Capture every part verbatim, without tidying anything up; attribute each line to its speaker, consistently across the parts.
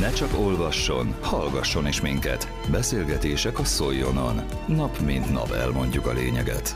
Speaker 1: Ne csak olvasson, hallgasson is minket. Beszélgetések a Szoljonon. Nap mint nap elmondjuk a lényeget.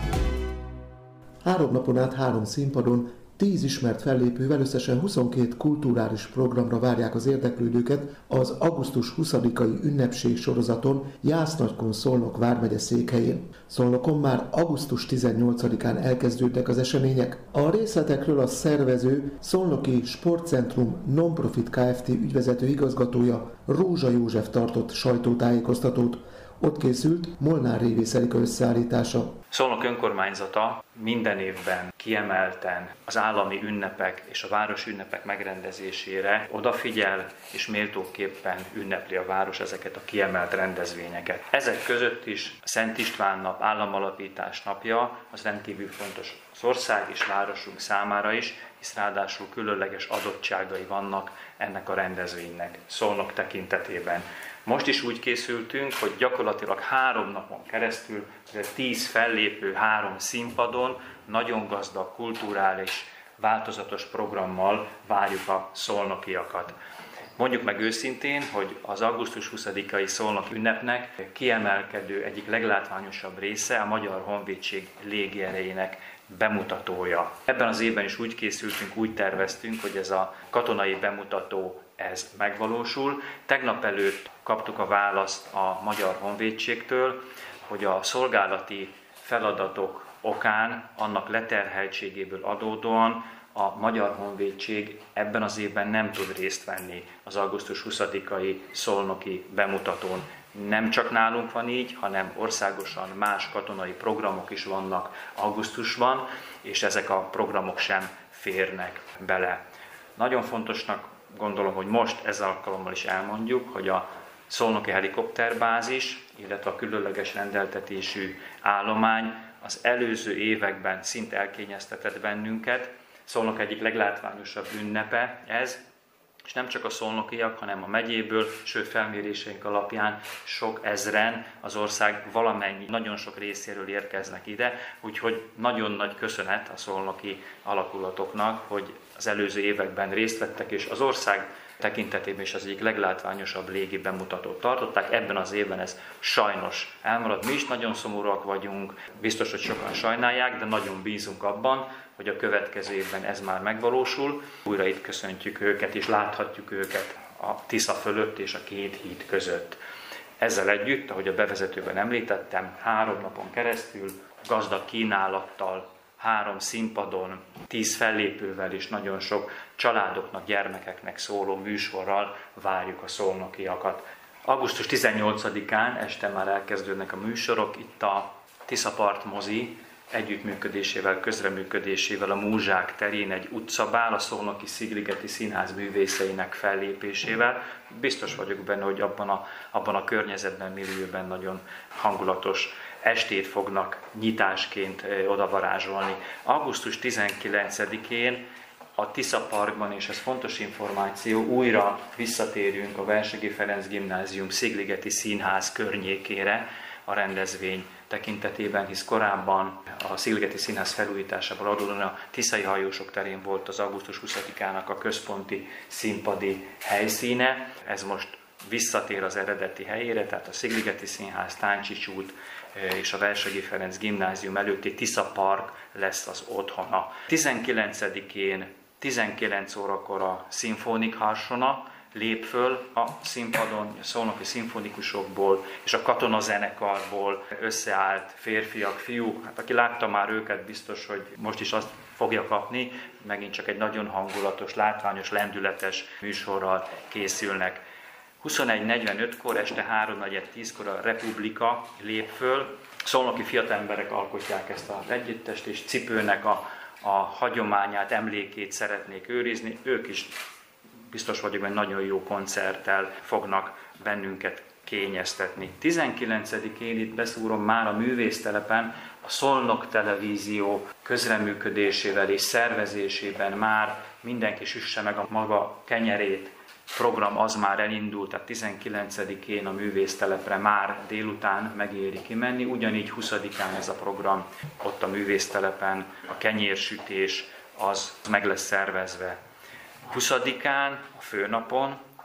Speaker 2: Három napon át három színpadon, tíz ismert fellépővel összesen huszonkét kulturális programra várják az érdeklődőket az augusztus huszadikai ünnepség sorozaton Jász-Nagykun Szolnok vármegye székhelyén. Szolnokon már augusztus tizennyolcadikán elkezdődtek az események. A részletekről a szervező Szolnoki Sportcentrum Non-Profit Kft. Ügyvezető igazgatója Rózsa József tartott sajtótájékoztatót. Ott készült Molnár Révész Erika összeállítása.
Speaker 3: Szolnok önkormányzata minden évben kiemelten az állami ünnepek és a városi ünnepek megrendezésére odafigyel, és méltóképpen ünnepli a város ezeket a kiemelt rendezvényeket. Ezek között is a Szent István nap, államalapítás napja, az rendkívül fontos az ország és városunk számára is, hisz ráadásul különleges adottságai vannak ennek a rendezvénynek Szolnok tekintetében. Most is úgy készültünk, hogy gyakorlatilag három napon keresztül, tíz fellépő, három színpadon, nagyon gazdag, kulturális, változatos programmal várjuk a szolnokiakat. Mondjuk meg őszintén, hogy az augusztus huszadikai Szolnok ünnepnek kiemelkedő, egyik leglátványosabb része a Magyar Honvédség légierejének bemutatója. Ebben az évben is úgy készültünk, úgy terveztünk, hogy ez a katonai bemutató ez megvalósul. Tegnap előtt kaptuk a választ a Magyar Honvédségtől, hogy a szolgálati feladatok okán, annak leterheltségéből adódóan a Magyar Honvédség ebben az évben nem tud részt venni az augusztus huszadikai szolnoki bemutatón. Nem csak nálunk van így, hanem országosan más katonai programok is vannak augusztusban, és ezek a programok sem férnek bele. Nagyon fontosnak gondolom, hogy most ez alkalommal is elmondjuk, hogy a szolnoki helikopterbázis, illetve a különleges rendeltetésű állomány az előző években szinte elkényeztetett bennünket. Szolnok egyik leglátványosabb ünnepe ez, és nem csak a szolnokiak, hanem a megyéből, sőt felméréseink alapján sok ezren az ország valamennyi, nagyon sok részéről érkeznek ide, úgyhogy nagyon nagy köszönet a szolnoki alakulatoknak, hogy az előző években részt vettek, és az ország tekintetében is az egyik leglátványosabb légi bemutatót tartották. Ebben az évben ez sajnos elmaradt. Mi is nagyon szomorúak vagyunk, biztos, hogy sokan sajnálják, de nagyon bízunk abban, hogy a következő évben ez már megvalósul. Újra itt köszöntjük őket, és láthatjuk őket a Tisza fölött és a két híd között. Ezzel együtt, ahogy a bevezetőben említettem, három napon keresztül gazdag kínálattal, három színpadon, tíz fellépővel és nagyon sok családoknak, gyermekeknek szóló műsorral várjuk a szolnokiakat. augusztus tizennyolcadikán este már elkezdődnek a műsorok, itt a Tiszapart mozi együttműködésével, közreműködésével a Múzsák terén egy utcabál, a Szolnoki Szigligeti Színház művészeinek fellépésével. Biztos vagyok benne, hogy abban a, abban a környezetben, millióben nagyon hangulatos estét fognak nyitásként odavarázsolni. augusztus tizenkilencedikén a Tisza Parkban, és ez fontos információ, újra visszatérünk a Versegi Ferenc Gimnázium Szigligeti Színház környékére a rendezvény tekintetében, hisz korábban a Szigligeti Színház felújításából adódóan a Tiszai Hajósok terén volt az augusztus huszadikának a központi színpadi helyszíne. Ez most visszatér az eredeti helyére, tehát a Szigligeti Színház, Táncsics út és a Versegi Ferenc Gimnázium előtti Tisza Park lesz az otthona. tizenkilencedikén tizenkilenc órakor a Szimfonik Harsona lép föl a színpadon, a szolnoki szimfonikusokból és a katonazenekarból összeállt férfiak, fiúk. Hát aki látta már őket, biztos, hogy most is azt fogja kapni. Megint csak egy nagyon hangulatos, látványos, lendületes műsorral készülnek. huszonegy negyvenötkor, este háromnegyed tízkor a Republika lép föl. Szolnoki fiatalemberek alkotják ezt az együttest, és Cipőnek a, a hagyományát, emlékét szeretnék őrizni. Ők is biztos vagyok, hogy nagyon jó koncerttel fognak bennünket kényeztetni. tizenkilencedikén itt beszúrom már a művésztelepen, a Szolnok Televízió közreműködésével és szervezésében már mindenki süsse meg a maga kenyerét. Program az már elindult, tehát tizenkilencedikén a művésztelepre már délután megéri kimenni, ugyanígy huszadikán ez a program, ott a művésztelepen a kenyérsütés az meg lesz szervezve. huszadikán, a főnapon,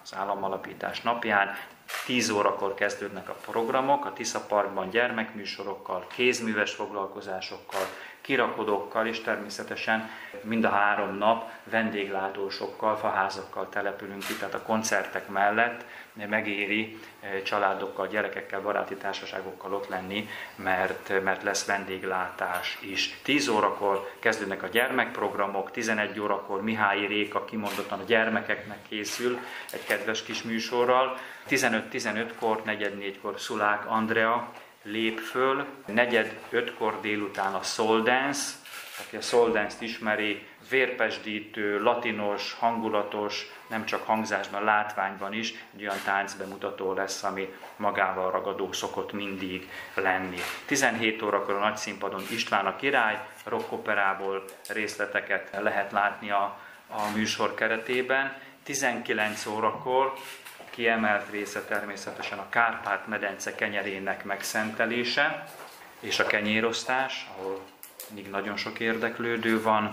Speaker 3: az államalapítás napján. tíz órakor kezdődnek a programok, a Tisza Parkban gyermekműsorokkal, kézműves foglalkozásokkal, kirakodókkal, és természetesen mind a három nap vendéglátósokkal, faházakkal települünk ki, tehát a koncertek mellett megéri családokkal, gyerekekkel, baráti társaságokkal ott lenni, mert, mert lesz vendéglátás is. tíz órakor kezdődnek a gyermekprogramok, tizenegy órakor Mihályi Réka kimondottan a gyermekeknek készül egy kedves kis műsorral, tizenöt tizenötkor, negyed négykor Szulák Andrea lép föl, negyed ötkor délután a Soul Dance, aki a Soul Dance-t ismeri, vérpesdítő, latinos, hangulatos, nem csak hangzásban, látványban is, egy olyan táncbemutató lesz, ami magával ragadó szokott mindig lenni. tizenhét órakor a nagyszínpadon István a király, rockoperából részleteket lehet látni a, a műsor keretében. tizenkilenc órakor kiemelt része természetesen a Kárpát-medence kenyerének megszentelése és a kenyérosztás, ahol még nagyon sok érdeklődő van,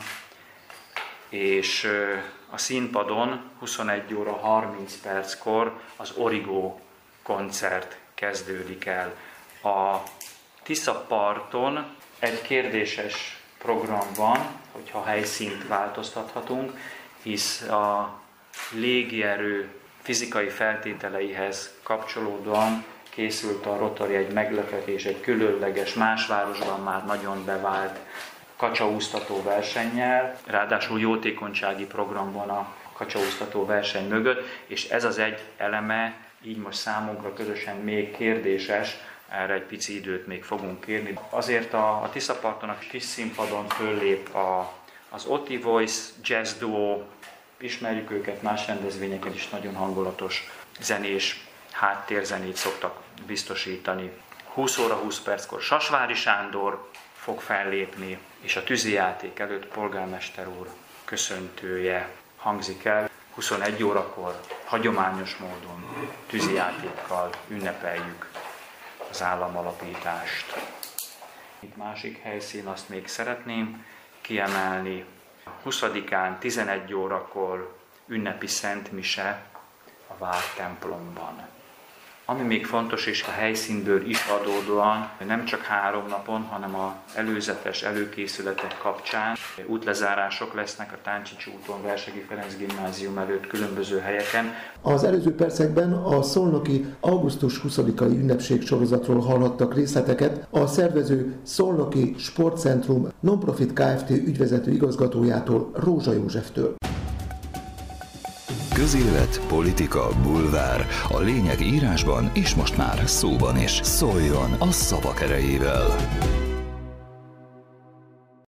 Speaker 3: és a színpadon huszonegy óra harminc perckor az Origo koncert kezdődik el. A Tisza-parton egy kérdéses program van, hogyha helyszínt változtathatunk, hisz a légierő fizikai feltételeihez kapcsolódóan készült a Rotary egy meglepetés, egy különleges, más városban már nagyon bevált kacsaúsztató versennyel, ráadásul jótékonysági program van a kacsaúsztató verseny mögött, és ez az egy eleme, így most számunkra közösen még kérdéses, erre egy pici időt még fogunk kérni. Azért a, a Tisza-parton a kis színpadon föllép a, az Oti Voice Jazz Duo, ismerjük őket, más rendezvényeken is nagyon hangulatos zenés háttérzenét szoktak biztosítani. húsz óra húsz perckor Sasvári Sándor fog fellépni, és a tűzijáték előtt polgármester úr köszöntője hangzik el. huszonegy órakor hagyományos módon tűzijátékkal ünnepeljük az államalapítást. Itt másik helyszín, azt még szeretném kiemelni. huszadikán tizenegy órakor ünnepi szentmise a vártemplomban. Ami még fontos, és a helyszínből is adódóan, nem csak három napon, hanem az előzetes előkészületek kapcsán útlezárások lesznek a Táncsics úton, Versegi Ferenc gimnázium előtt különböző helyeken.
Speaker 2: Az előző percekben a szolnoki augusztus huszadikai ünnepség sorozatról hallhattak részleteket a szervező Szolnoki Sportcentrum Nonprofit Kft. Ügyvezető igazgatójától, Rózsa Józseftől.
Speaker 1: Közélet, politika, bulvár. A lényeg írásban és most már szóban is. Szóljon a szavak erejével!